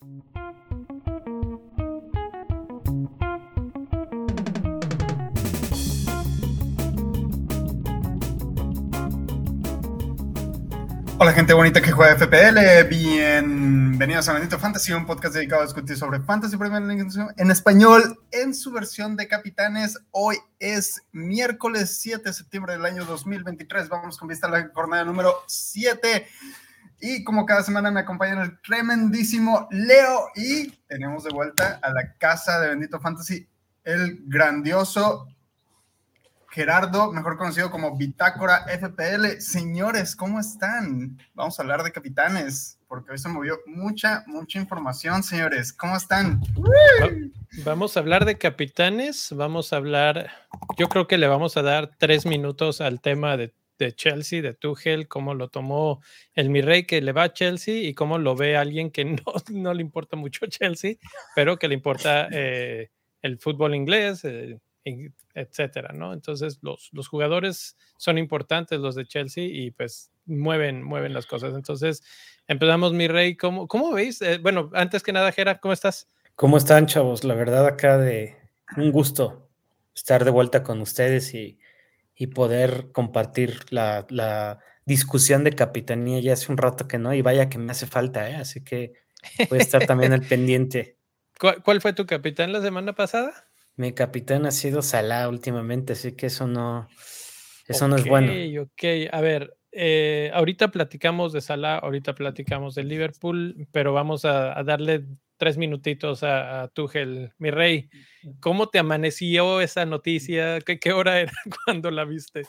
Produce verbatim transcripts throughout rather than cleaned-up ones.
Hola gente bonita que juega F P L, bienvenidos a Bendito Fantasy, un podcast dedicado a discutir sobre Fantasy Premier League en español en su versión de capitanes. Hoy es miércoles siete de septiembre del año dos mil veintitrés, vamos con vista a la jornada número siete y como cada semana me acompañan el tremendísimo Leo y tenemos de vuelta a la casa de Bendito Fantasy el grandioso Gerardo, mejor conocido como Bitácora F P L. Señores, ¿cómo están? Vamos a hablar de capitanes, porque hoy se movió mucha, mucha información, señores. ¿Cómo están? Va- vamos a hablar de capitanes, vamos a hablar, yo creo que le vamos a dar tres minutos al tema de, de Chelsea, de Tuchel, cómo lo tomó el mi rey que le va a Chelsea y cómo lo ve alguien que no, no le importa mucho Chelsea, pero que le importa eh, el fútbol inglés, eh, etcétera, ¿no? Entonces los, los jugadores son importantes, los de Chelsea, y pues mueven, mueven las cosas. Entonces empezamos, mi rey. ¿Cómo, cómo veis? Eh, bueno, antes que nada, Gera, ¿cómo estás? ¿Cómo están, chavos? La verdad, acá de un gusto estar de vuelta con ustedes y, y poder compartir la, la discusión de capitanía. Ya hace un rato que no, y vaya que me hace falta, ¿eh? Así que voy a estar también al pendiente. ¿Cuál, ¿Cuál fue tu capitán la semana pasada? Mi capitán ha sido Salah últimamente, así que eso no, eso Ok, no es bueno. Ok, a ver, eh, ahorita platicamos de Salah, ahorita platicamos de Liverpool, pero vamos a, a darle tres minutitos a, a Tuchel. Mi rey, ¿cómo te amaneció esa noticia? ¿Qué, qué hora era cuando la viste?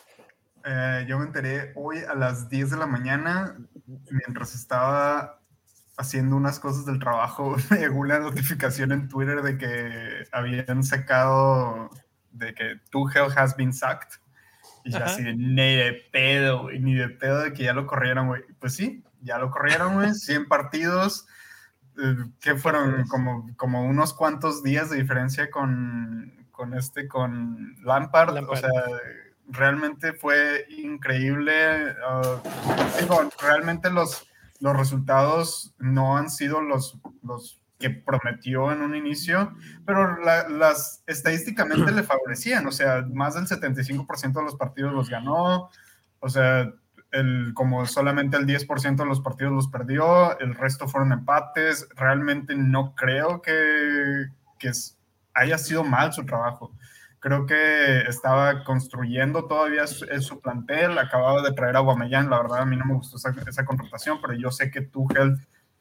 Eh, yo me enteré hoy a las diez de la mañana, mientras estaba haciendo unas cosas del trabajo, me llegó una notificación en Twitter de que habían sacado, de que Tuchel has been sacked. Y ya así de, ni de pedo, güey, ni de pedo de que ya lo corrieron, güey. Pues sí, ya lo corrieron, güey, cien partidos, eh, que fueron como, como unos cuantos días de diferencia con, con este, con Lampard. Lampard. O sea, realmente fue increíble. Uh, digo, realmente los, los resultados no han sido los, los que prometió en un inicio, pero la, las estadísticamente le favorecían, o sea, más del setenta y cinco por ciento de los partidos los ganó, o sea, el, como solamente el diez por ciento de los partidos los perdió, el resto fueron empates. Realmente no creo que, que haya sido mal su trabajo. Creo que estaba construyendo todavía su, su plantel, acababa de traer a Aubameyang. La verdad a mí no me gustó esa, esa contratación, pero yo sé que Tuchel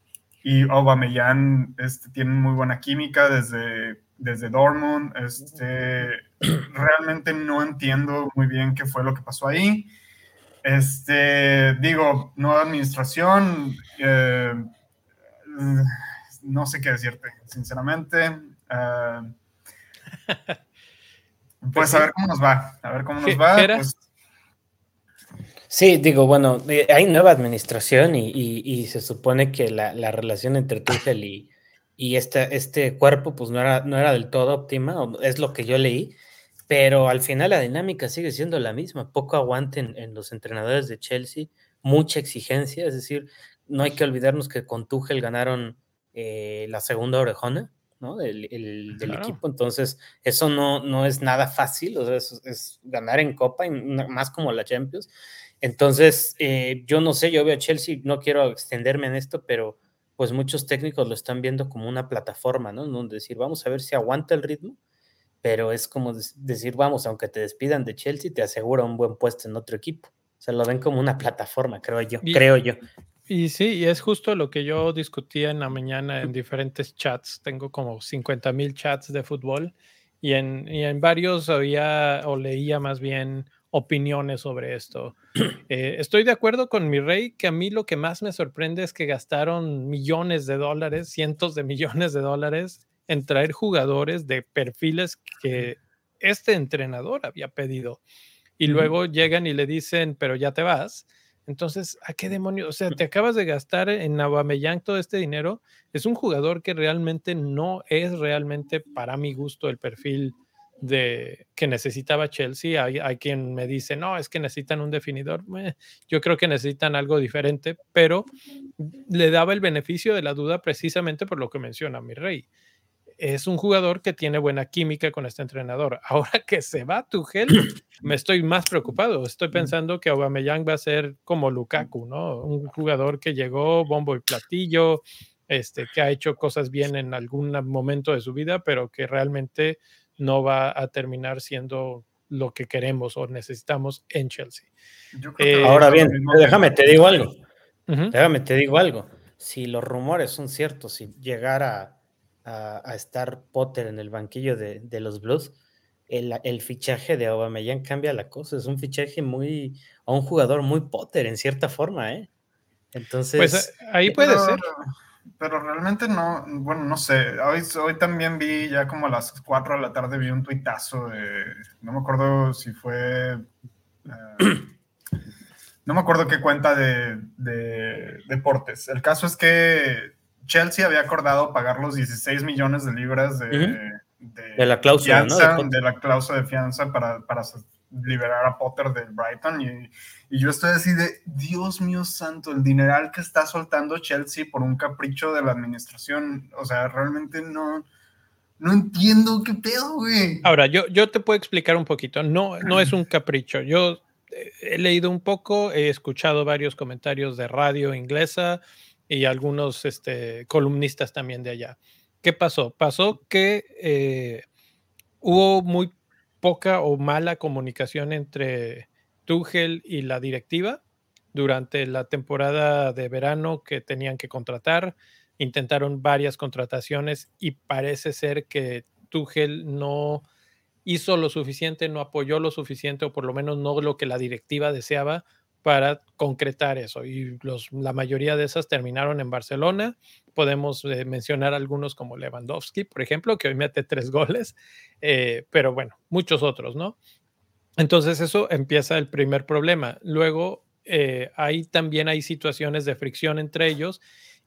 y Aubameyang este, tienen muy buena química desde, desde Dortmund. Este, realmente no entiendo muy bien qué fue lo que pasó ahí. Este, digo, nueva administración, eh, no sé qué decirte, sinceramente. Uh, pues, pues a sí. ver cómo nos va, a ver cómo nos va. Pues. Sí, digo, bueno, hay nueva administración y, y, y se supone que la, la relación entre Tuchel y, y este, este cuerpo pues no era, no era del todo óptima, es lo que yo leí, pero al final la dinámica sigue siendo la misma, poco aguante en, en los entrenadores de Chelsea, mucha exigencia, es decir, no hay que olvidarnos que con Tuchel ganaron eh, la segunda orejona, ¿no? El, el, del claro. equipo, entonces eso no, no es nada fácil, o sea, es, es ganar en Copa, y más como la Champions. Entonces, eh, yo no sé, yo veo a Chelsea, no quiero extenderme en esto, pero pues muchos técnicos lo están viendo como una plataforma, ¿no? Donde decir, vamos a ver si aguanta el ritmo, pero es como decir, vamos, aunque te despidan de Chelsea, te asegura un buen puesto en otro equipo. O sea, lo ven como una plataforma, creo yo, y, creo yo. Y sí, y es justo lo que yo discutía en la mañana en diferentes chats. Tengo como cincuenta mil chats de fútbol y en, y en varios había o leía más bien opiniones sobre esto. Eh, estoy de acuerdo con mi rey que a mí lo que más me sorprende es que gastaron millones de dólares, cientos de millones de dólares en traer jugadores de perfiles que este entrenador había pedido. Y uh-huh. luego llegan y le dicen, pero ya te vas. Entonces, ¿a qué demonios? O sea, te acabas de gastar en Aubameyang todo este dinero. Es un jugador que realmente no es realmente, para mi gusto, el perfil de que necesitaba Chelsea. Hay, hay quien me dice, no, es que necesitan un definidor. Eh, yo creo que necesitan algo diferente, pero le daba el beneficio de la duda precisamente por lo que menciona mi rey. Es un jugador que tiene buena química con este entrenador. Ahora que se va Tuchel, me estoy más preocupado. Estoy pensando que Aubameyang va a ser como Lukaku, ¿no? Un jugador que llegó bombo y platillo, este, que ha hecho cosas bien en algún momento de su vida, pero que realmente no va a terminar siendo lo que queremos o necesitamos en Chelsea. Yo creo que eh, ahora bien, déjame te digo algo. Uh-huh. Déjame te digo algo. Si los rumores son ciertos, si llegara a, a estar Potter en el banquillo de, de los Blues, el, el fichaje de Aubameyang cambia la cosa. Es un fichaje muy, a un jugador muy Potter en cierta forma, ¿eh? Entonces, pues ahí puede pero, ser. Pero realmente no, bueno, no sé. Hoy, hoy también vi, ya como a las cuatro de la tarde, vi un tuitazo de, no me acuerdo si fue, uh, no me acuerdo qué cuenta de, de deportes. El caso es que Chelsea había acordado pagar los dieciséis millones de libras de, uh-huh. de, de la cláusula, fianza, ¿no? De, de la cláusula de fianza para, para liberar a Potter del Brighton y, y yo estoy así de, Dios mío santo, el dineral que está soltando Chelsea por un capricho de la administración, o sea, realmente no, no entiendo qué pedo, güey. Ahora, yo, yo te puedo explicar un poquito, no, no es un capricho, yo he leído un poco, he escuchado varios comentarios de radio inglesa y algunos este, columnistas también de allá. ¿Qué pasó? Pasó que eh, hubo muy poca o mala comunicación entre Tuchel y la directiva durante la temporada de verano que tenían que contratar. Intentaron varias contrataciones y parece ser que Tuchel no hizo lo suficiente, no apoyó lo suficiente o por lo menos no lo que la directiva deseaba para concretar eso. Y los, la mayoría de esas terminaron en Barcelona. Podemos eh, mencionar algunos como Lewandowski, por ejemplo, que hoy mete tres goles, eh, pero bueno, muchos otros, ¿no? Entonces eso empieza el primer problema. Luego, eh, ahí también hay situaciones de fricción entre ellos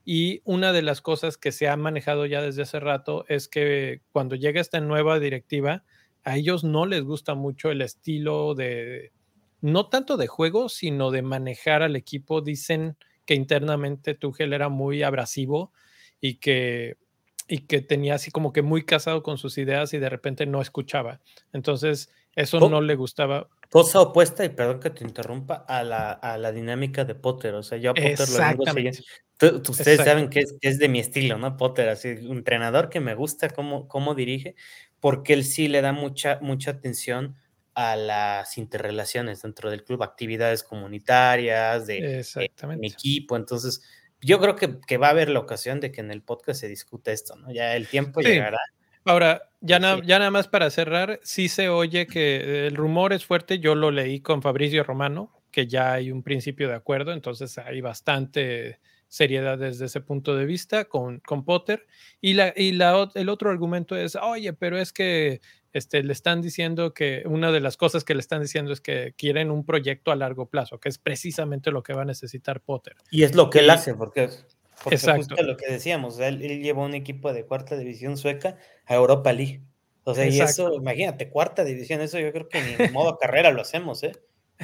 y una de las cosas que se ha manejado ya desde hace rato es que cuando llega esta nueva directiva, a ellos no les gusta mucho el estilo de, no tanto de juego, sino de manejar al equipo. Dicen que internamente Tuchel era muy abrasivo y que, y que tenía así como que muy casado con sus ideas y de repente no escuchaba. Entonces, eso Co- no le gustaba. Cosa opuesta, y perdón que te interrumpa, a la, a la dinámica de Potter. O sea, yo a Potter lo vengo siguiendo. Tú, tú, ustedes saben que es, que es de mi estilo, ¿no? Potter, así, un entrenador que me gusta cómo, cómo dirige, porque él sí le da mucha, mucha atención a las interrelaciones dentro del club, actividades comunitarias, de, de mi equipo. Entonces, yo creo que, que va a haber la ocasión de que en el podcast se discute esto, ¿no? Ya el tiempo sí. llegará. Ahora, ya, na, ya nada más para cerrar, sí se oye que el rumor es fuerte, yo lo leí con Fabrizio Romano, que ya hay un principio de acuerdo, entonces hay bastante seriedad desde ese punto de vista con, con Potter, y, la, y la, el otro argumento es, oye, pero es que este, le están diciendo que una de las cosas que le están diciendo es que quieren un proyecto a largo plazo, que es precisamente lo que va a necesitar Potter. Y es lo que y, él hace, porque es... Porque Exacto. Justo lo que decíamos, él, él llevó un equipo de cuarta división sueca a Europa League. O sea, Exacto. Y eso, imagínate, cuarta división, eso yo creo que ni en modo carrera lo hacemos, ¿eh?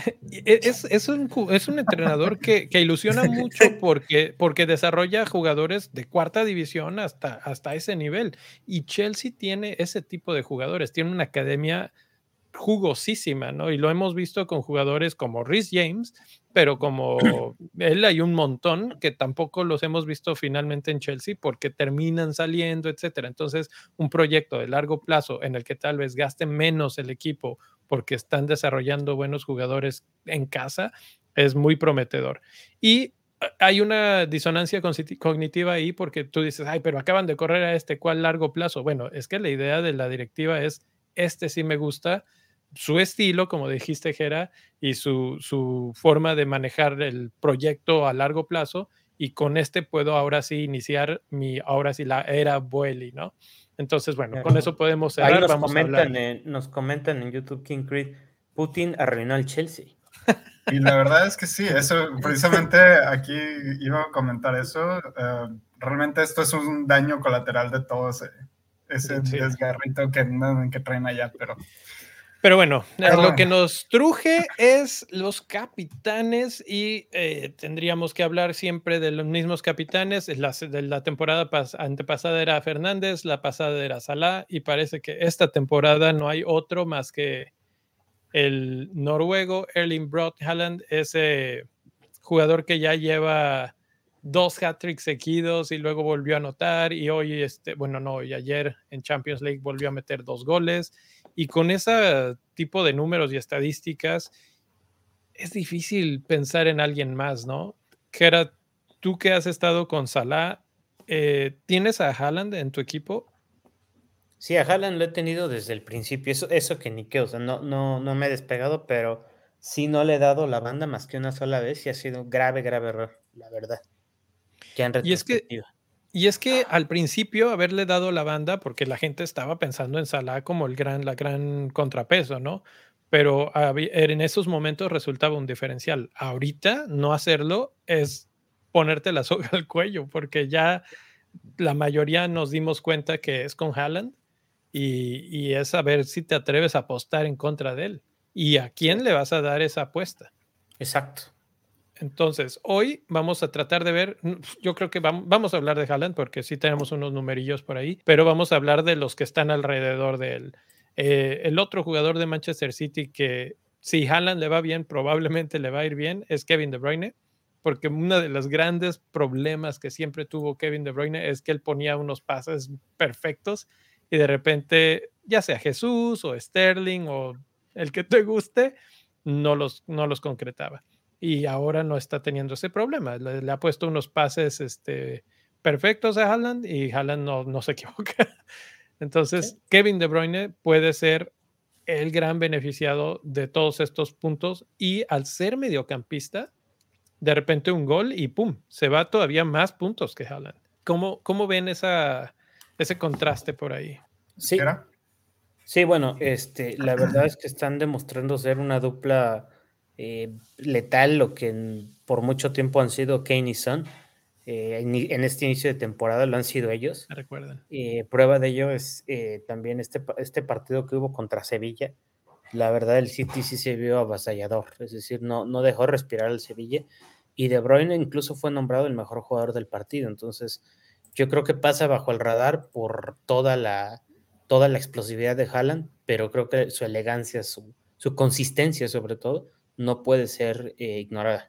Es, es, un, es un entrenador que, que ilusiona mucho porque, porque desarrolla jugadores de cuarta división hasta, hasta ese nivel. Y Chelsea tiene ese tipo de jugadores, tiene una academia jugosísima, ¿no? Y lo hemos visto con jugadores como Reece James, pero como él hay un montón que tampoco los hemos visto finalmente en Chelsea porque terminan saliendo, etcétera. Entonces, un proyecto de largo plazo en el que tal vez gaste menos el equipo porque están desarrollando buenos jugadores en casa es muy prometedor. Y hay una disonancia cognitiva ahí porque tú dices, ay, pero acaban de correr a este, ¿cuál largo plazo? Bueno, es que la idea de la directiva es, este sí me gusta, su estilo, como dijiste, Gera, y su, su forma de manejar el proyecto a largo plazo, y con este puedo ahora sí iniciar mi, ahora sí la era Boehly, ¿no? Entonces, bueno, con eso podemos cerrar. Ahí nos, Vamos comentan a hablar. En, nos comentan en YouTube, King Creed, Putin arruinó al Chelsea. Y la verdad es que sí, eso, precisamente aquí iba a comentar eso. Uh, realmente esto es un daño colateral de todo ese, ese Sí. desgarrito que, que traen allá, pero... Pero bueno, Pero lo bueno. que nos truje es los capitanes y eh, tendríamos que hablar siempre de los mismos capitanes. La, de la temporada pas, antepasada era Fernández, la pasada era Salah y parece que esta temporada no hay otro más que el noruego Erling Braut Haaland, ese jugador que ya lleva dos hat-tricks seguidos y luego volvió a anotar y hoy, este, bueno, no, y ayer en Champions League volvió a meter dos goles. Y con ese tipo de números y estadísticas, es difícil pensar en alguien más, ¿no? Gera, tú que has estado con Salah, eh, ¿tienes a Haaland en tu equipo? Sí, a Haaland lo he tenido desde el principio, eso, eso que ni qué, o sea, no, no, no me he despegado, pero sí no le he dado la banda más que una sola vez y ha sido un grave, grave error, la verdad, ya en Y es que retrospectiva. Y es que al principio haberle dado la banda, porque la gente estaba pensando en Salah como el gran, la gran contrapeso, ¿no? Pero habí- en esos momentos resultaba un diferencial. Ahorita no hacerlo es ponerte la soga al cuello, porque ya la mayoría nos dimos cuenta que es con Haaland y, y es saber si te atreves a apostar en contra de él y a Sí, quién le vas a dar esa apuesta. exacto. Entonces, hoy vamos a tratar de ver, yo creo que vamos, vamos a hablar de Haaland porque sí tenemos unos numerillos por ahí, pero vamos a hablar de los que están alrededor de él. Eh, el otro jugador de Manchester City que si Haaland le va bien, probablemente le va a ir bien, es Kevin De Bruyne, porque uno de los grandes problemas que siempre tuvo Kevin De Bruyne es que él ponía unos pases perfectos y de repente, ya sea Jesús o Sterling o el que te guste, no los, no los concretaba y ahora no está teniendo ese problema. Le, le ha puesto unos pases este, perfectos a Haaland y Haaland no, no se equivoca. Entonces, Sí. Kevin De Bruyne puede ser el gran beneficiado de todos estos puntos y al ser mediocampista, de repente un gol y pum, se va todavía más puntos que Haaland. ¿Cómo, cómo ven esa, ese contraste por ahí? Sí, ¿Era? sí, bueno, este, la verdad es que están demostrando ser una dupla eh, letal, lo que en- por mucho tiempo han sido Kane y Son. Eh, en, en este inicio de temporada lo han sido ellos. ¿Me recuerdan? Eh, prueba de ello es eh, también este, pa- este partido que hubo contra Sevilla. La verdad, el City sí se vio avasallador, es decir, no, no dejó respirar al Sevilla y De Bruyne incluso fue nombrado el mejor jugador del partido. Entonces, yo creo que pasa bajo el radar por toda la, toda la explosividad de Haaland, pero creo que su elegancia, su, su consistencia sobre todo, no puede ser eh, ignorada.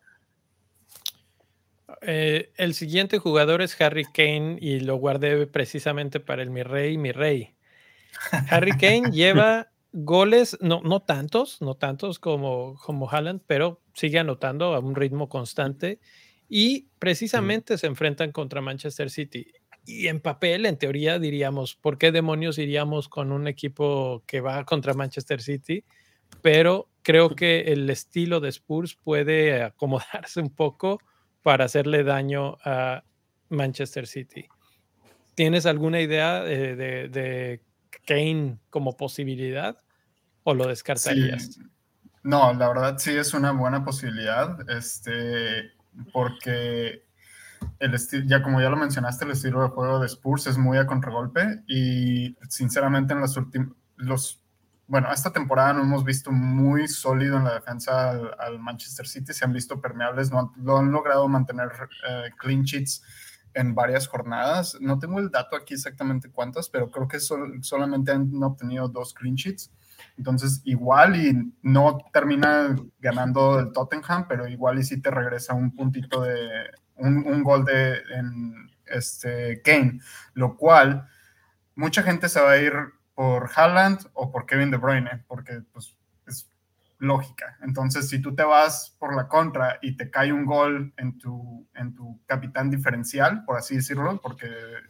Eh, el siguiente jugador es Harry Kane y lo guardé precisamente para el mi rey, mi rey. Harry Kane lleva goles, no, no tantos, no tantos como, como Haaland, pero sigue anotando a un ritmo constante y precisamente se enfrentan contra Manchester City. Y en papel, en teoría, diríamos, ¿por qué demonios iríamos con un equipo que va contra Manchester City? Pero creo que el estilo de Spurs puede acomodarse un poco para hacerle daño a Manchester City. ¿Tienes alguna idea de, de, de Kane como posibilidad o lo Sí, descartarías? no, la verdad sí es una buena posibilidad, este, porque el estilo, ya como ya lo mencionaste, el estilo de juego de Spurs es muy a contragolpe y sinceramente en los últimos, los, bueno, esta temporada no hemos visto muy sólido en la defensa al, al Manchester City, se han visto permeables, no han, lo han logrado mantener uh, clean sheets en varias jornadas. No tengo el dato aquí exactamente cuántas, pero creo que sol, solamente han obtenido dos clean sheets. Entonces, igual y no termina ganando el Tottenham, pero igual y sí te regresa un puntito de un, un gol de en este Kane, lo cual mucha gente se va a ir por Haaland o por Kevin De Bruyne, porque pues es lógica. Entonces, si tú te vas por la contra y te cae un gol en tu, en tu capitán diferencial, por así decirlo, porque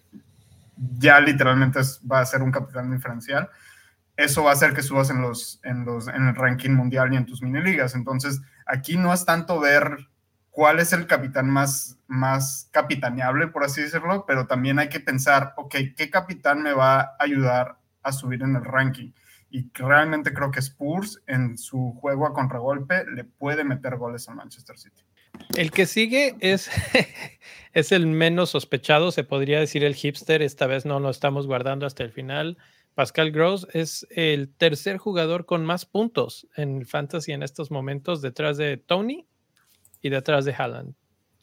ya literalmente es, va a ser un capitán diferencial, eso va a hacer que subas en, los, en, los, en el ranking mundial y en tus mini ligas. Entonces, aquí no es tanto ver cuál es el capitán más, más capitaneable, por así decirlo, pero también hay que pensar, ok, ¿qué capitán me va a ayudar a subir en el ranking? Y realmente creo que Spurs, en su juego a contragolpe, le puede meter goles al Manchester City. El que sigue es, es el menos sospechado, se podría decir el hipster. Esta vez no lo estamos guardando hasta el final. Pascal Gross es el tercer jugador con más puntos en el fantasy en estos momentos, detrás de Tony y detrás de Haaland.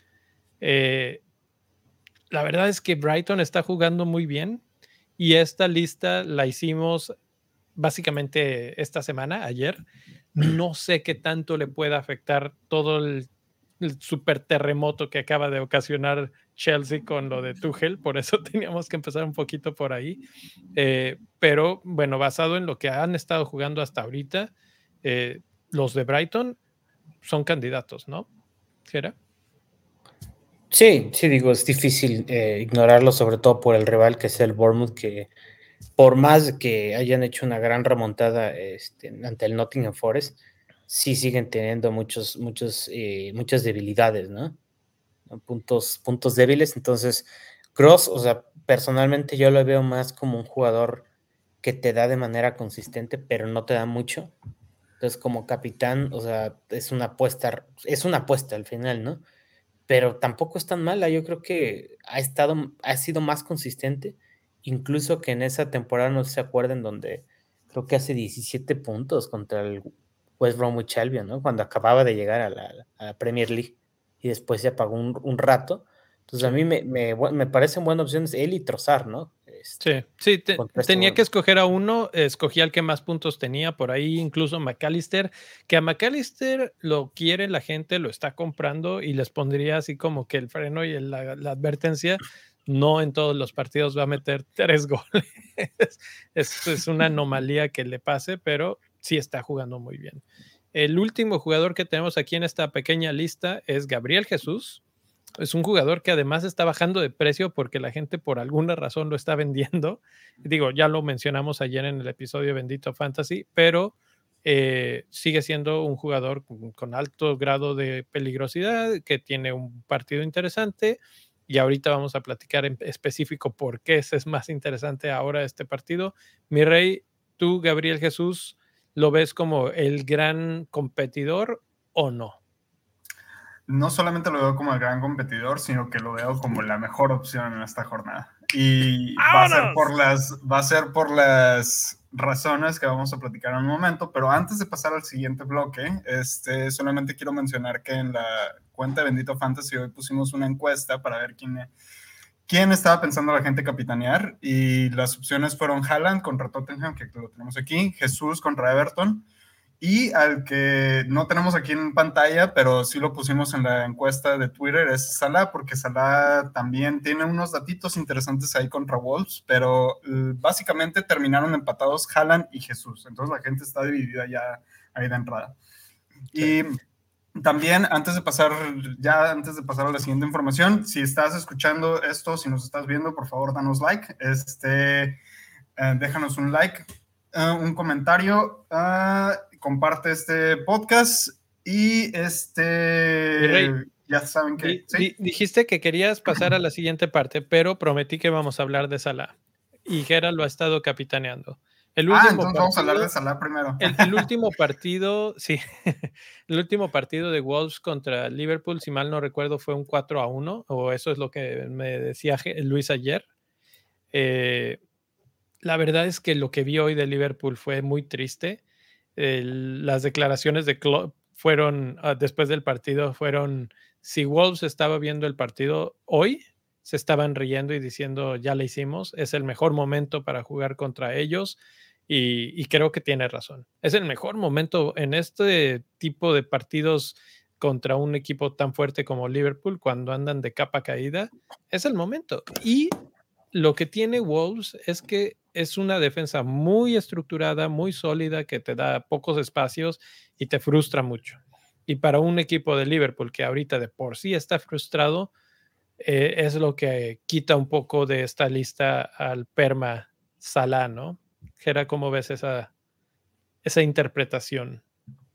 Eh, la verdad es que Brighton está jugando muy bien y esta lista la hicimos básicamente esta semana, ayer. No sé qué tanto le pueda afectar todo el, el super terremoto que acaba de ocasionar Chelsea con lo de Tuchel, por eso teníamos que empezar un poquito por ahí. Eh, pero bueno, basado en lo que han estado jugando hasta ahorita, eh, los de Brighton son candidatos, ¿no? ¿Era? Sí, sí, digo, es difícil eh, ignorarlo, sobre todo por el rival que es el Bournemouth, que por más que hayan hecho una gran remontada este, ante el Nottingham Forest, sí siguen teniendo muchos, muchos, eh, muchas debilidades, ¿no? Puntos, puntos débiles. Entonces, Kroos, o sea, personalmente yo lo veo más como un jugador que te da de manera consistente, pero no te da mucho. Entonces, como capitán, o sea, es una apuesta, es una apuesta al final, ¿no? Pero tampoco es tan mala. Yo creo que ha estado, ha sido más consistente, incluso que en esa temporada, no sé si se acuerdan, donde creo que hace diecisiete puntos contra el West Bromwich Albion, ¿no? Cuando acababa de llegar a la, a la Premier League y después se apagó un, un rato. Entonces, sí. a mí me, me, me parecen buenas opciones él y Trossard, ¿no? Este, sí, sí, te, tenía este que escoger a uno, escogí al que más puntos tenía, por ahí incluso McAllister, que a McAllister lo quiere la gente, lo está comprando y les pondría así como que el freno y el, la, la advertencia, no en todos los partidos va a meter tres goles, es, es una anomalía que le pase, pero sí está jugando muy bien. El último jugador que tenemos aquí en esta pequeña lista es Gabriel Jesús. Es un jugador que además está bajando de precio porque la gente por alguna razón lo está vendiendo. Digo, ya lo mencionamos ayer en el episodio Bendito Fantasy, pero eh, sigue siendo un jugador con, con alto grado de peligrosidad, que tiene un partido interesante y ahorita vamos a platicar en específico por qué ese es más interesante ahora este partido. Mi rey, tú, Gabriel Jesús, ¿lo ves como el gran competidor o no? No solamente lo veo como el gran competidor, sino que lo veo como la mejor opción en esta jornada. Y va a ser por las, va a ser por las razones que vamos a platicar en un momento, pero antes de pasar al siguiente bloque, este, solamente quiero mencionar que en la cuenta de Bendito Fantasy hoy pusimos una encuesta para ver quién, quién estaba pensando la gente capitanear, y las opciones fueron Haaland contra Tottenham, que lo tenemos aquí, Jesús contra Everton, y al que no tenemos aquí en pantalla, pero sí lo pusimos en la encuesta de Twitter, es Salah, porque Salah también tiene unos datitos interesantes ahí contra Wolves, pero básicamente terminaron empatados Haaland y Jesús. Entonces la gente está dividida ya ahí de entrada. Sí. Y también, antes de pasar, ya antes de pasar a la siguiente información, si estás escuchando esto, si nos estás viendo, por favor, danos like, este, eh, déjanos un like, uh, un comentario, uh, comparte este podcast y este Rey, ya saben que di, ¿sí? di, dijiste que querías pasar a la siguiente parte, pero prometí que vamos a hablar de Salah y Gera lo ha estado capitaneando. El último ah, entonces partido, vamos a hablar de Salah primero. El, el último partido, sí, el último partido de Wolves contra Liverpool, si mal no recuerdo, fue un cuatro a uno, o eso es lo que me decía Luis ayer. Eh, la verdad es que lo que vi hoy de Liverpool fue muy triste. El, las declaraciones de Klopp fueron, uh, después del partido, fueron, si Wolves estaba viendo el partido hoy, se estaban riendo y diciendo, ya le hicimos, es el mejor momento para jugar contra ellos, y, y creo que tiene razón. Es el mejor momento en este tipo de partidos contra un equipo tan fuerte como Liverpool, cuando andan de capa caída, es el momento. Y lo que tiene Wolves es que es una defensa muy estructurada, muy sólida, que te da pocos espacios y te frustra mucho. Y para un equipo de Liverpool que ahorita de por sí está frustrado, eh, es lo que quita un poco de esta lista al perma Salah, ¿no? Gera, ¿cómo ves esa, esa interpretación?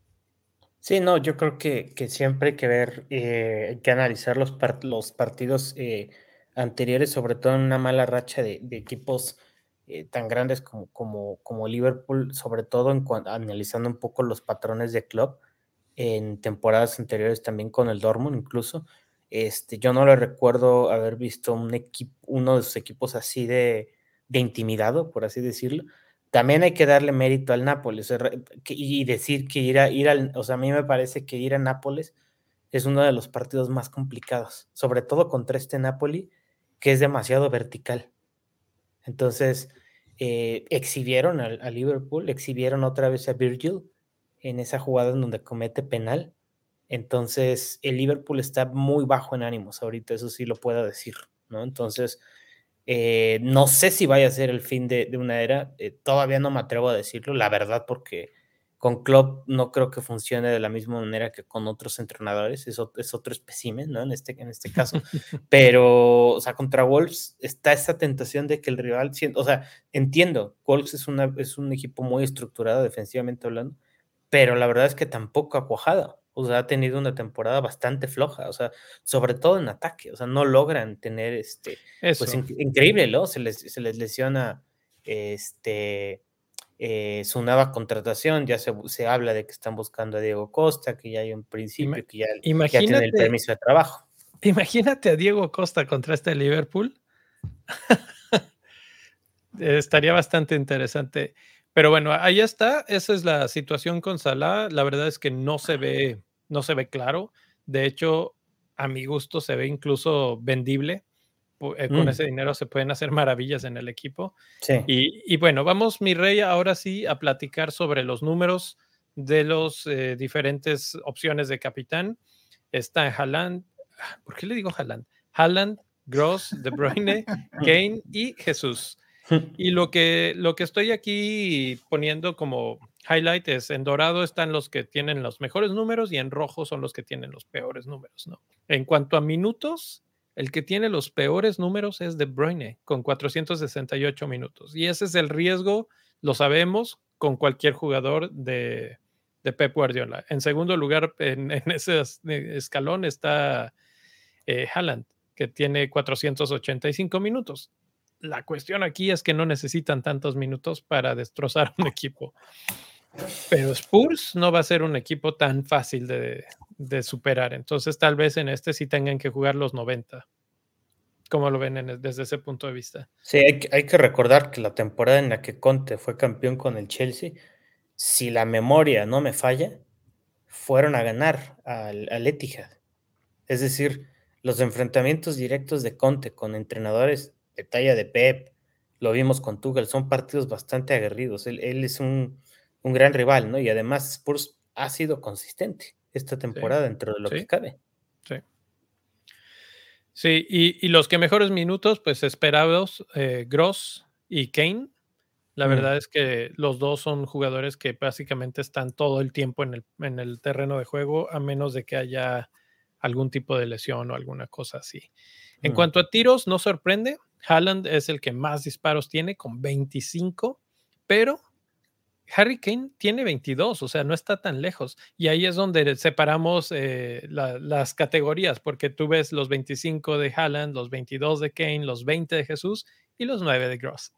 Sí, no, yo creo que, que siempre hay que ver, eh, hay que analizar los, part los partidos eh, anteriores, sobre todo en una mala racha de, de equipos eh, tan grandes como, como, como Liverpool, sobre todo en analizando un poco los patrones de Klopp. en temporadas anteriores también con el Dortmund incluso. Este, yo no le recuerdo haber visto un equipo, uno de sus equipos así de, de intimidado, por así decirlo. También hay que darle mérito al Nápoles y decir que ir a ir al, o sea, a mí me parece que ir a Nápoles es uno de los partidos más complicados, sobre todo contra este Napoli, que es demasiado vertical. Entonces, eh, exhibieron a, a Liverpool, exhibieron otra vez a Virgil en esa jugada en donde comete penal. Entonces, el Liverpool está muy bajo en ánimos ahorita, eso sí lo puedo decir, ¿no? Entonces, eh, no sé si vaya a ser el fin de, de una era, eh, todavía no me atrevo a decirlo, la verdad, porque con Klopp no creo que funcione de la misma manera que con otros entrenadores, es, es otro espécimen, ¿no? En este, en este caso, pero, o sea, contra Wolves está esa tentación de que el rival, o sea, entiendo, Wolves es, una, es un equipo muy estructurado defensivamente hablando, pero la verdad es que tampoco ha cuajado. O sea, ha tenido una temporada bastante floja, o sea, sobre todo en ataque, o sea, no logran tener, este, Eso. pues, in- increíble, ¿no? Se les, se les lesiona, este, eh, su nueva contratación, ya se, se habla de que están buscando a Diego Costa, que ya hay un principio, Ima- que ya, ya tiene el imagínate, permiso de trabajo. imagínate a Diego Costa contra este Liverpool. Estaría bastante interesante. Pero bueno, ahí está. Esa es la situación con Salah. La verdad es que no se ve, no se ve claro. De hecho, a mi gusto se ve incluso vendible. Eh, con Mm, ese dinero se pueden hacer maravillas en el equipo. sí. Y, y bueno, vamos, mi rey, ahora sí a platicar sobre los números de los eh, diferentes opciones de capitán. Está Haaland. ¿Por qué le digo Haaland? Haaland, Gross, De Bruyne, Kane y Jesús. Y lo que, lo que estoy aquí poniendo como highlight es en dorado están los que tienen los mejores números y en rojo son los que tienen los peores números, ¿no? En cuanto a minutos, el que tiene los peores números es De Bruyne con cuatrocientos sesenta y ocho minutos. Y ese es el riesgo, lo sabemos, con cualquier jugador de, de Pep Guardiola. En segundo lugar, en, en ese escalón está eh, Haaland, que tiene cuatrocientos ochenta y cinco minutos. La cuestión aquí es que no necesitan tantos minutos para destrozar un equipo. Pero Spurs no va a ser un equipo tan fácil de, de superar. Entonces, tal vez en este sí tengan que jugar los noventa. ¿Cómo lo ven en, desde ese punto de vista? Sí, hay, que- hay que recordar que la temporada en la que Conte fue campeón con el Chelsea, si la memoria no me falla, fueron a ganar al, al Etihad. Es decir, los enfrentamientos directos de Conte con entrenadores de talla de Pep, lo vimos con Tuchel, son partidos bastante aguerridos. Él, él es un, un gran rival, ¿no? Y además Spurs ha sido consistente esta Sí, temporada dentro de lo que sí, cabe. sí. Sí, y, y los que mejores minutos, pues esperados, eh, Gross y Kane. La Mm. verdad es que los dos son jugadores que básicamente están todo el tiempo en el, en el terreno de juego, a menos de que haya algún tipo de lesión o alguna cosa así. En Mm. cuanto a tiros, no sorprende. Haaland es el que más disparos tiene con veinticinco, pero Harry Kane tiene veintidós, o sea, no está tan lejos. Y ahí es donde separamos eh, la, las categorías, porque tú ves los veinticinco de Haaland, los veintidós de Kane, los veinte de Jesús y los nueve de Gross.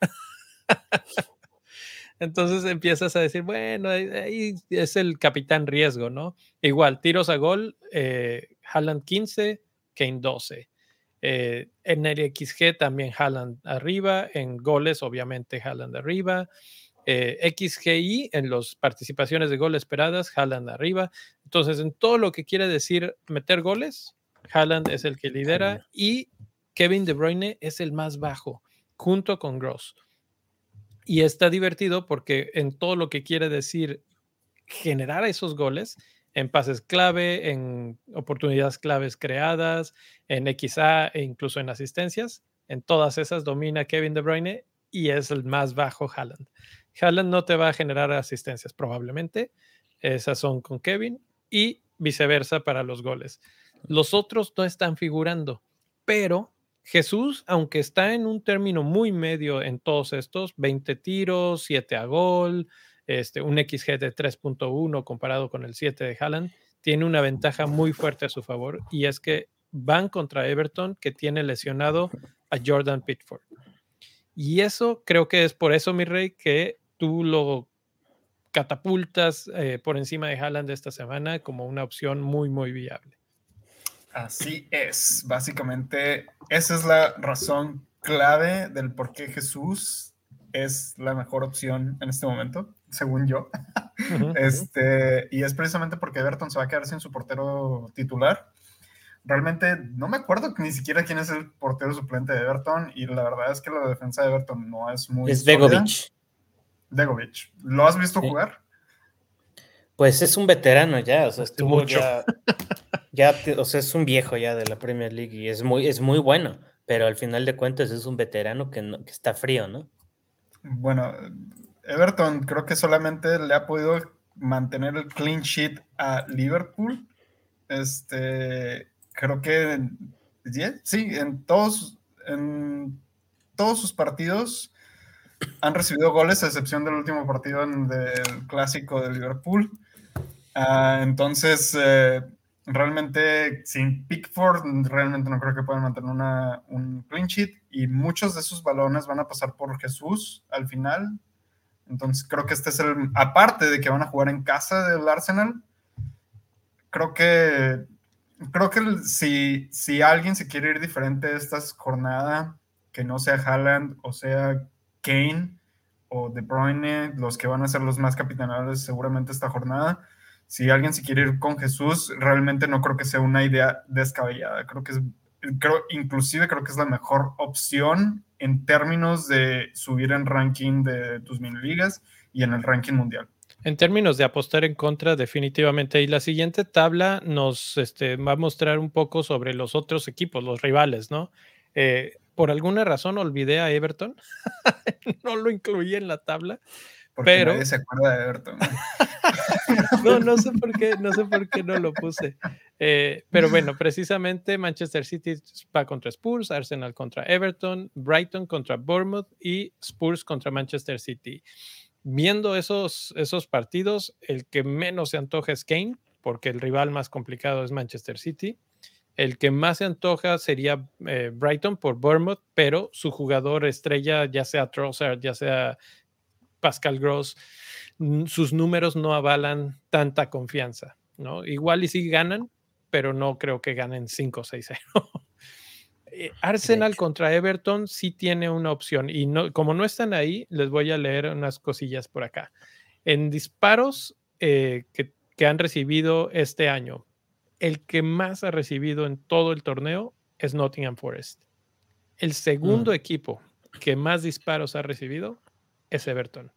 Entonces empiezas a decir, bueno, ahí es el capitán riesgo, ¿no? Igual, tiros a gol, eh, Haaland quince, Kane doce. Eh, en el X G también Haaland arriba, en goles obviamente Haaland arriba. Eh, X G I en las participaciones de gol esperadas, Haaland arriba. Entonces, en todo lo que quiere decir meter goles, Haaland es el que lidera y Kevin De Bruyne es el más bajo, junto con Gross. Y está divertido porque en todo lo que quiere decir generar esos goles, en pases clave, en oportunidades claves creadas, en X A e incluso en asistencias, en todas esas domina Kevin De Bruyne y es el más bajo Haaland. Haaland no te va a generar asistencias probablemente, esas son con Kevin y viceversa para los goles. Los otros no están figurando, pero Jesús, aunque está en un término muy medio en todos estos, veinte tiros, siete a gol, este, un X G de tres punto uno comparado con el siete de Haaland, tiene una ventaja muy fuerte a su favor y es que van contra Everton que tiene lesionado a Jordan Pickford. Y eso creo que es por eso, mi rey, que tú lo catapultas eh, por encima de Haaland esta semana como una opción muy, muy viable. Así es, básicamente esa es la razón clave del por qué Jesús es la mejor opción en este momento, según yo. Uh-huh. Este, y es precisamente porque Everton se va a quedar sin su portero titular. Realmente no me acuerdo ni siquiera quién es el portero suplente de Everton, y la verdad es que la defensa de Everton no es muy Es Begovic. Begovic. ¿Lo has visto sí. jugar? Pues es un veterano ya, o sea, estuvo mucho. ya, ya, o sea, es un viejo ya de la Premier League y es muy, es muy bueno, pero al final de cuentas es un veterano que, no, que está frío, ¿no? Bueno, Everton creo que solamente le ha podido mantener el clean sheet a Liverpool. Este, creo que sí, en todos, en todos sus partidos han recibido goles, a excepción del último partido en, del clásico de Liverpool. Uh, entonces, eh, realmente sin Pickford, realmente no creo que puedan mantener una, un clean sheet, y muchos de esos balones van a pasar por Jesús al final. Entonces, creo que este es el, aparte de que van a jugar en casa del Arsenal, creo que creo que si, si alguien se quiere ir diferente esta jornada, que no sea Haaland o sea Kane o De Bruyne, los que van a ser los más capitanables seguramente esta jornada, si alguien se quiere ir con Jesús, realmente no creo que sea una idea descabellada. Creo que es, creo, inclusive creo que es la mejor opción en términos de subir en ranking de tus mini ligas y en el ranking mundial. En términos de apostar en contra, definitivamente. Y la siguiente tabla nos este, va a mostrar un poco sobre los otros equipos, los rivales, ¿no? Eh, por alguna razón olvidé a Everton. No lo incluí en la tabla. Porque pero... nadie se acuerda de Everton. no, no sé por qué, no sé por qué no lo puse. Eh, pero bueno, precisamente Manchester City va contra Spurs, Arsenal contra Everton, Brighton contra Bournemouth y Spurs contra Manchester City. Viendo esos, esos partidos, el que menos se antoja es Kane, porque el rival más complicado es Manchester City. El que más se antoja sería eh, Brighton por Bournemouth, pero su jugador estrella, ya sea Trossard, ya sea Pascal Gross, sus números no avalan tanta confianza, ¿no? Igual y sí ganan, pero no creo que ganen cinco seis cero. Eh, Arsenal contra Everton sí tiene una opción, y no, como no están ahí, les voy a leer unas cosillas por acá. En disparos eh, que, que han recibido este año, el que más ha recibido en todo el torneo es Nottingham Forest. El segundo mm. equipo que más disparos ha recibido es Everton.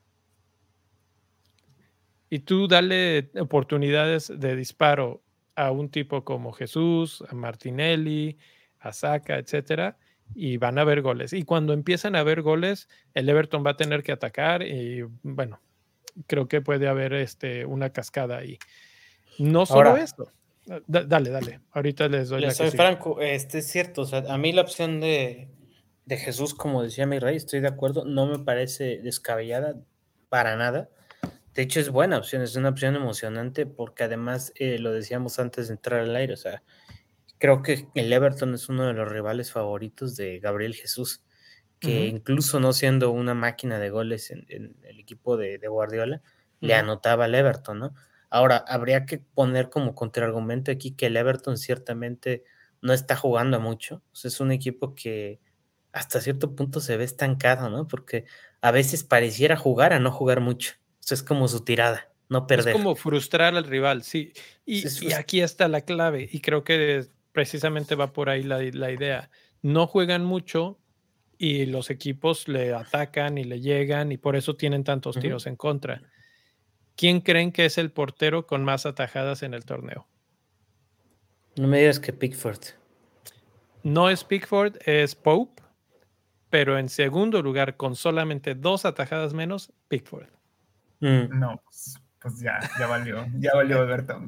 Y tú dale oportunidades de disparo a un tipo como Jesús, a Martinelli, a Saka, etcétera, y van a haber goles. Y cuando empiezan a haber goles, el Everton va a tener que atacar y, bueno, creo que puede haber este, una cascada ahí. No solo Ahora, esto. D- dale, dale. Ahorita les doy les la soy que franco, este es cierto. O sea, a mí la opción de, de Jesús, como decía mi rey, estoy de acuerdo, no me parece descabellada para nada. De hecho, es buena opción, es una opción emocionante porque además, eh, lo decíamos antes de entrar al aire, o sea, creo que el Everton es uno de los rivales favoritos de Gabriel Jesús, que uh-huh. incluso no siendo una máquina de goles en, en el equipo de, de Guardiola, uh-huh. le anotaba al Everton, ¿no? Ahora, habría que poner como contraargumento aquí que el Everton ciertamente no está jugando mucho, o sea, es un equipo que hasta cierto punto se ve estancado, ¿no? Porque a veces pareciera jugar a no jugar mucho. Eso es como su tirada, no perder. Es como frustrar al rival, sí. Y, sí, y aquí está la clave, y creo que precisamente va por ahí la, la idea. No juegan mucho y los equipos le atacan y le llegan, y por eso tienen tantos uh-huh. tiros en contra. ¿Quién creen que es el portero con más atajadas en el torneo? No me digas que Pickford. No es Pickford, es Pope, pero en segundo lugar, con solamente dos atajadas menos, Pickford. Mm. No, pues, pues ya, ya valió, ya valió Everton.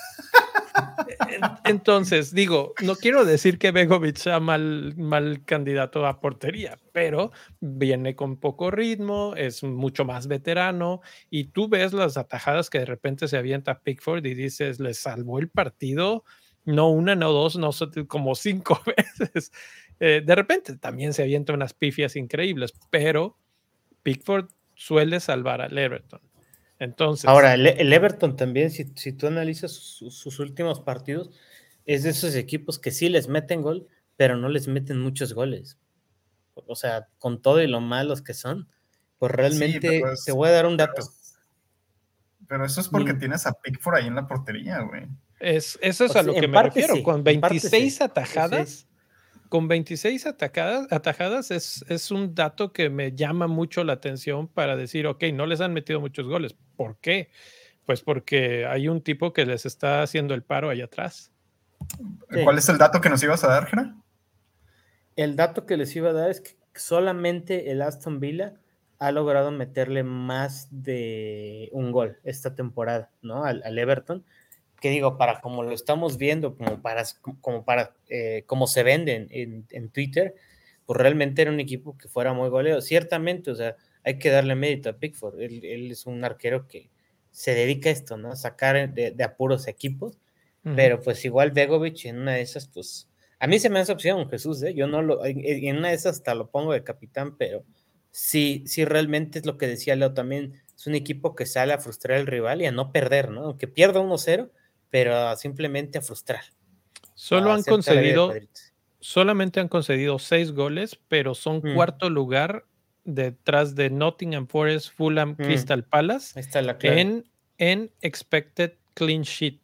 Entonces, digo, no quiero decir que Begovic sea mal, mal candidato a portería, pero viene con poco ritmo, es mucho más veterano, y tú ves las atajadas que de repente se avienta Pickford y dices, le salvó el partido, no una, no dos, no como cinco veces. Eh, de repente también se avienta unas pifias increíbles, pero Pickford suele salvar al Everton. Entonces. Ahora, el, el Everton también, si, si tú analizas sus, sus últimos partidos, es de esos equipos que sí les meten gol, pero no les meten muchos goles. O sea, con todo y lo malos que son, pues realmente sí, es, te voy a dar un dato. Pero, es, pero eso es porque Ni, tienes a Pickford ahí en la portería, güey. Es, eso es o sea, a lo que me refiero. Sí, con veintiséis sí. atajadas, sí. con veintiséis atacadas, atajadas es, es un dato que me llama mucho la atención para decir, ok, no les han metido muchos goles. ¿Por qué? Pues porque hay un tipo que les está haciendo el paro allá atrás. Sí. ¿Cuál es el dato que nos ibas a dar, Jera? El dato que les iba a dar es que solamente el Aston Villa ha logrado meterle más de un gol esta temporada, ¿no? Al, al Everton, que digo, para como lo estamos viendo, como para, como para, eh, como se venden en, en Twitter, pues realmente era un equipo que fuera muy goleo. Ciertamente, o sea, hay que darle mérito a Pickford. Él, él es un arquero que se dedica a esto, ¿no? A sacar de, de apuros equipos, uh-huh. Pero pues igual Begovic en una de esas, pues, a mí se me hace opción, Jesús, ¿eh? Yo no lo, en una de esas hasta lo pongo de capitán, pero sí, sí realmente es lo que decía Leo también, es un equipo que sale a frustrar al rival y a no perder, ¿no? Aunque pierda uno cero, pero simplemente a frustrar. Solo han concedido, solamente han concedido seis goles, pero son mm. cuarto lugar detrás de Nottingham Forest, Fulham, mm. Crystal Palace, Ahí está la clave. En, en expected clean sheet.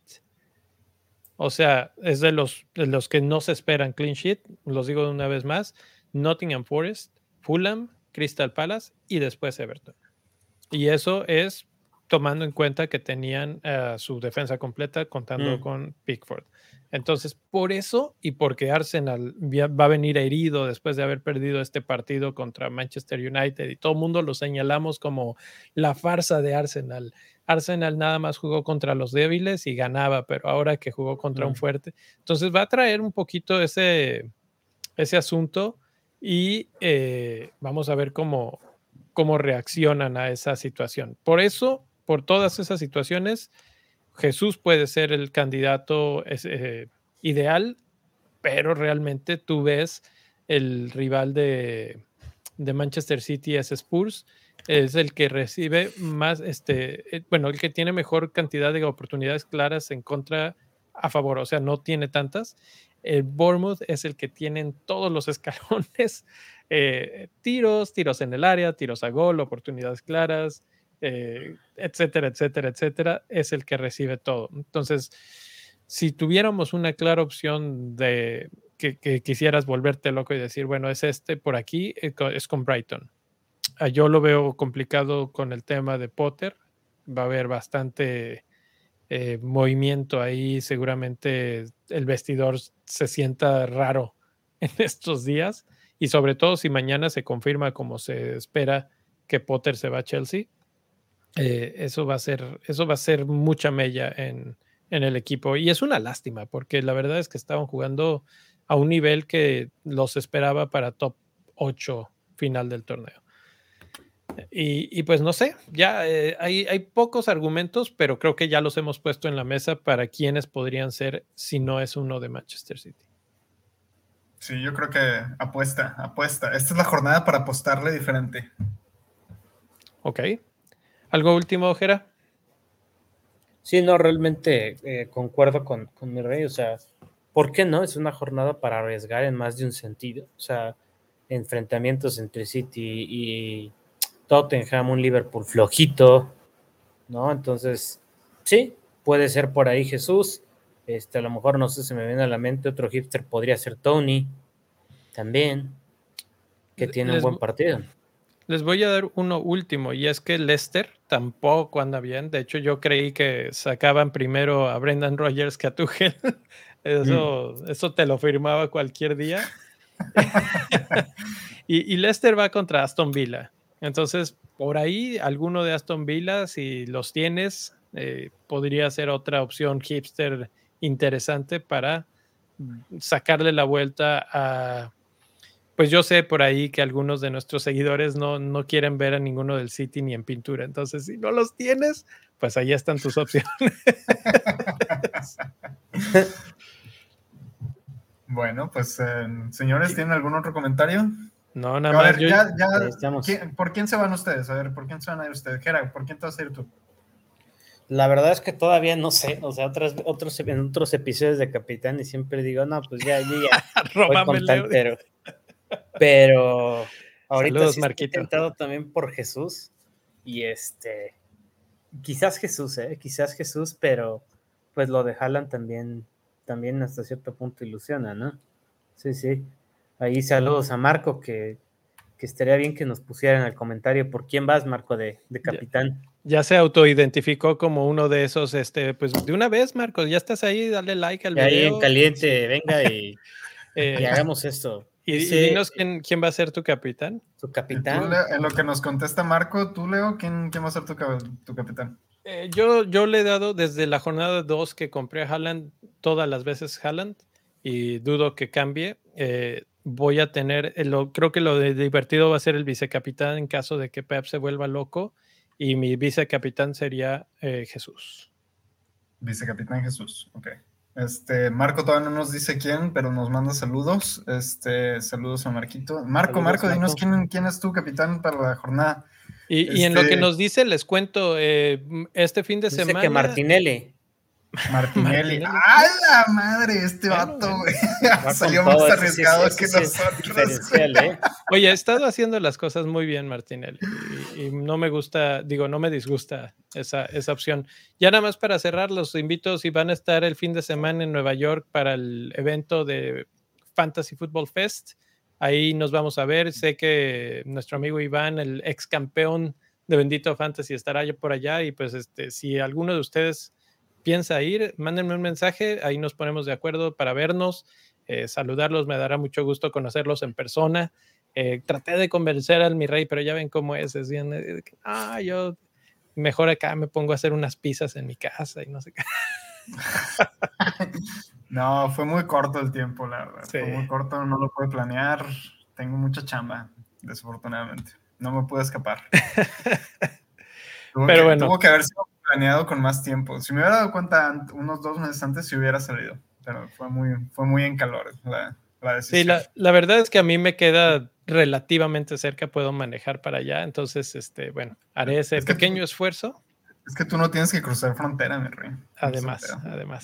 O sea, es de los, de los que no se esperan clean sheet, los digo una vez más, Nottingham Forest, Fulham, Crystal Palace y después Everton. Y eso es tomando en cuenta que tenían uh, su defensa completa contando mm. con Pickford. Entonces, por eso y porque Arsenal va a venir herido después de haber perdido este partido contra Manchester United y todo el mundo lo señalamos como la farsa de Arsenal. Arsenal nada más jugó contra los débiles y ganaba, pero ahora que jugó contra mm. un fuerte. Entonces va a traer un poquito ese, ese asunto y eh, vamos a ver cómo, cómo reaccionan a esa situación. Por eso, por todas esas situaciones, Jesús puede ser el candidato eh, ideal, pero realmente tú ves el rival de, de Manchester City es Spurs, es el que recibe más, este, eh, bueno, el que tiene mejor cantidad de oportunidades claras en contra a favor, o sea, no tiene tantas. El Bournemouth es el que tiene en todos los escalones eh, tiros, tiros en el área, tiros a gol, oportunidades claras, eh, etcétera, etcétera, etcétera, es el que recibe todo. Entonces, si tuviéramos una clara opción de que, que quisieras volverte loco y decir, bueno, es este por aquí, es con Brighton. Yo lo veo complicado con el tema de Potter, va a haber bastante eh, movimiento ahí, seguramente el vestidor se sienta raro en estos días y sobre todo si mañana se confirma como se espera que Potter se va a Chelsea, eh, eso va a ser, eso va a ser mucha mella en, en el equipo y es una lástima porque la verdad es que estaban jugando a un nivel que los esperaba para top ocho final del torneo. Y, y pues no sé, ya eh, hay, hay pocos argumentos, pero creo que ya los hemos puesto en la mesa para quienes podrían ser si no es uno de Manchester City. Sí, yo creo que apuesta, apuesta. Esta es la jornada para apostarle diferente. Ok. ¿Algo último, Jera? Sí, no, realmente eh, concuerdo con, con mi rey, o sea, ¿por qué no? Es una jornada para arriesgar en más de un sentido, o sea, enfrentamientos entre City y Tottenham, un Liverpool flojito, ¿no? Entonces, sí, puede ser por ahí Jesús, este, a lo mejor, no sé, se me viene a la mente, otro hipster podría ser Tony, también, que tiene les, un buen partido. Les voy a dar uno último, y es que Leicester tampoco anda bien, de hecho yo creí que sacaban primero a Brendan Rodgers que a Tuchel, eso, mm. eso te lo firmaba cualquier día, y, y Leicester va contra Aston Villa. Entonces, por ahí, alguno de Aston Villa, si los tienes, eh, podría ser otra opción hipster interesante para sacarle la vuelta a... Pues yo sé por ahí que algunos de nuestros seguidores no, no quieren ver a ninguno del City ni en pintura. Entonces, si no los tienes, pues ahí están tus opciones. Bueno, pues, eh, señores, ¿tienen algún otro comentario? No, nada más. A ver, yo, ya, ya, ¿quién, ¿por quién se van ustedes? A ver, ¿por quién se van a ir ustedes? Jera, ¿por quién te vas a ir tú? La verdad es que todavía no sé, o sea, otras, otros, en otros episodios de Capitán y siempre digo, no, pues ya, yo ya voy con tal, pero, pero ahorita Saludos, sí Marquito. estoy tentado también por Jesús y este, quizás Jesús, eh, quizás Jesús, pero pues lo de Haaland también, también hasta cierto punto ilusiona, ¿no? Sí, sí. Ahí saludos a Marco, que, que estaría bien que nos pusiera en el comentario por quién vas, Marco, de, de capitán. Ya, ya se autoidentificó como uno de esos, este, pues de una vez, Marcos, ya estás ahí, dale like al y ahí video. en caliente, sí. Venga y, eh, y hagamos esto. Y, Dice, y dinos quién, quién va a ser tu capitán. Tu capitán. Tú, Leo, en lo que nos contesta Marco, tú, Leo, ¿quién, quién va a ser tu, tu capitán? Eh, yo, yo le he dado desde la jornada dos que compré a Haaland, todas las veces Haaland, y dudo que cambie. Eh, voy a tener, lo, creo que lo de divertido va a ser el vicecapitán en caso de que Pep se vuelva loco, y mi vicecapitán sería eh, Jesús. Vicecapitán Jesús, ok. Este, Marco todavía no nos dice quién, pero nos manda saludos. Este, saludos a Marquito. Marco, saludos, Marco, dinos Marco. Quién, quién es tu capitán para la jornada. Y, este... y en lo que nos dice, les cuento, eh, este fin de dice semana... que Martinelli. Martinelli. ¡A la madre! Este bueno, vato, güey. Bueno. Salió más arriesgado sí, sí, sí, que sí, nosotros. ¿eh? Oye, he estado haciendo las cosas muy bien, Martinelli. Y, y no me gusta, digo, no me disgusta esa, esa opción. Ya nada más para cerrar, los invito, si van a estar el fin de semana en Nueva York para el evento de Fantasy Football Fest, ahí nos vamos a ver. Sé que nuestro amigo Iván, el ex campeón de Bendito Fantasy, estará por allá. Y pues, este, si alguno de ustedes piensa ir, mándenme un mensaje, ahí nos ponemos de acuerdo para vernos, eh, saludarlos, me dará mucho gusto conocerlos en persona. Eh, traté de convencer al mi rey, pero ya ven cómo es, es bien, eh, ah, yo mejor acá me pongo a hacer unas pizzas en mi casa y no sé qué. No, fue muy corto el tiempo, la verdad, sí. Fue muy corto, no lo pude planear, tengo mucha chamba, desafortunadamente, no me pude escapar. Tuvo pero que, bueno. Tuvo que haber sido planeado con más tiempo. Si me hubiera dado cuenta unos dos meses antes, si hubiera salido. Pero fue muy, fue muy en calor la, la decisión. Sí, la, la verdad es que a mí me queda relativamente cerca, puedo manejar para allá. Entonces, este, bueno, haré ese es pequeño tú, esfuerzo. Es que tú no tienes que cruzar frontera, mi rey. Además, no además.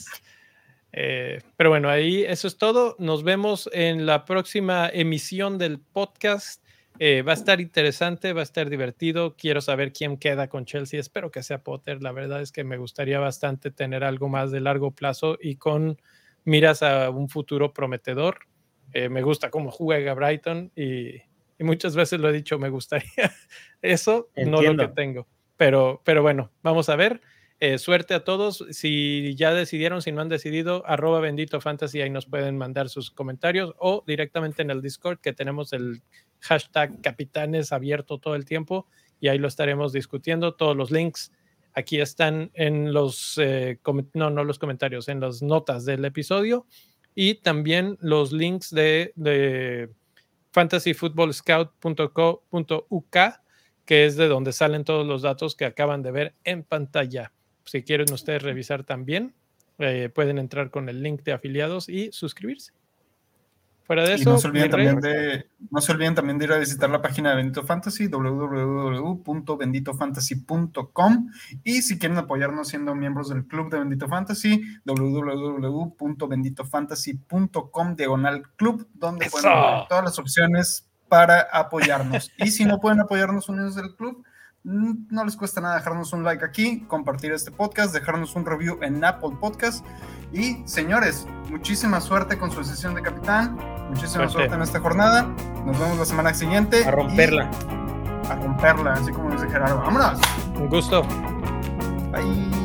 Eh, pero bueno, ahí eso es todo. Nos vemos en la próxima emisión del podcast. Eh, va a estar interesante, va a estar divertido. Quiero saber quién queda con Chelsea. Espero que sea Potter. La verdad es que me gustaría bastante tener algo más de largo plazo y con miras a un futuro prometedor. Eh, me gusta cómo juega Brighton y, y muchas veces lo he dicho, me gustaría eso, Entiendo. No lo que tengo. Pero, pero bueno, vamos a ver. Eh, suerte a todos. Si ya decidieron, si no han decidido, arroba Bendito Fantasy, ahí nos pueden mandar sus comentarios o directamente en el Discord, que tenemos el hashtag Capitanes abierto todo el tiempo y ahí lo estaremos discutiendo. Todos los links aquí están en los, eh, no, no los comentarios, en las notas del episodio y también los links de, de fantasy football scout punto co punto u k, que es de donde salen todos los datos que acaban de ver en pantalla. Si quieren ustedes revisar también, eh, pueden entrar con el link de afiliados y suscribirse. Fuera de y eso, no se, olviden también de, no se olviden también de ir a visitar la página de Bendito Fantasy, doble u doble u doble u punto bendito fantasy punto com, y si quieren apoyarnos siendo miembros del club de Bendito Fantasy, doble u doble u doble u punto bendito fantasy punto com diagonal club, donde Eso. pueden ver todas las opciones para apoyarnos. Y si no pueden apoyarnos unidos del club, no les cuesta nada dejarnos un like aquí, compartir este podcast, dejarnos un review en Apple Podcast. Y señores, muchísima suerte con su sesión de capitán, muchísima suerte, suerte en esta jornada. Nos vemos la semana siguiente. A romperla. A romperla, así como dice Gerardo. ¡Vámonos! Un gusto. Bye.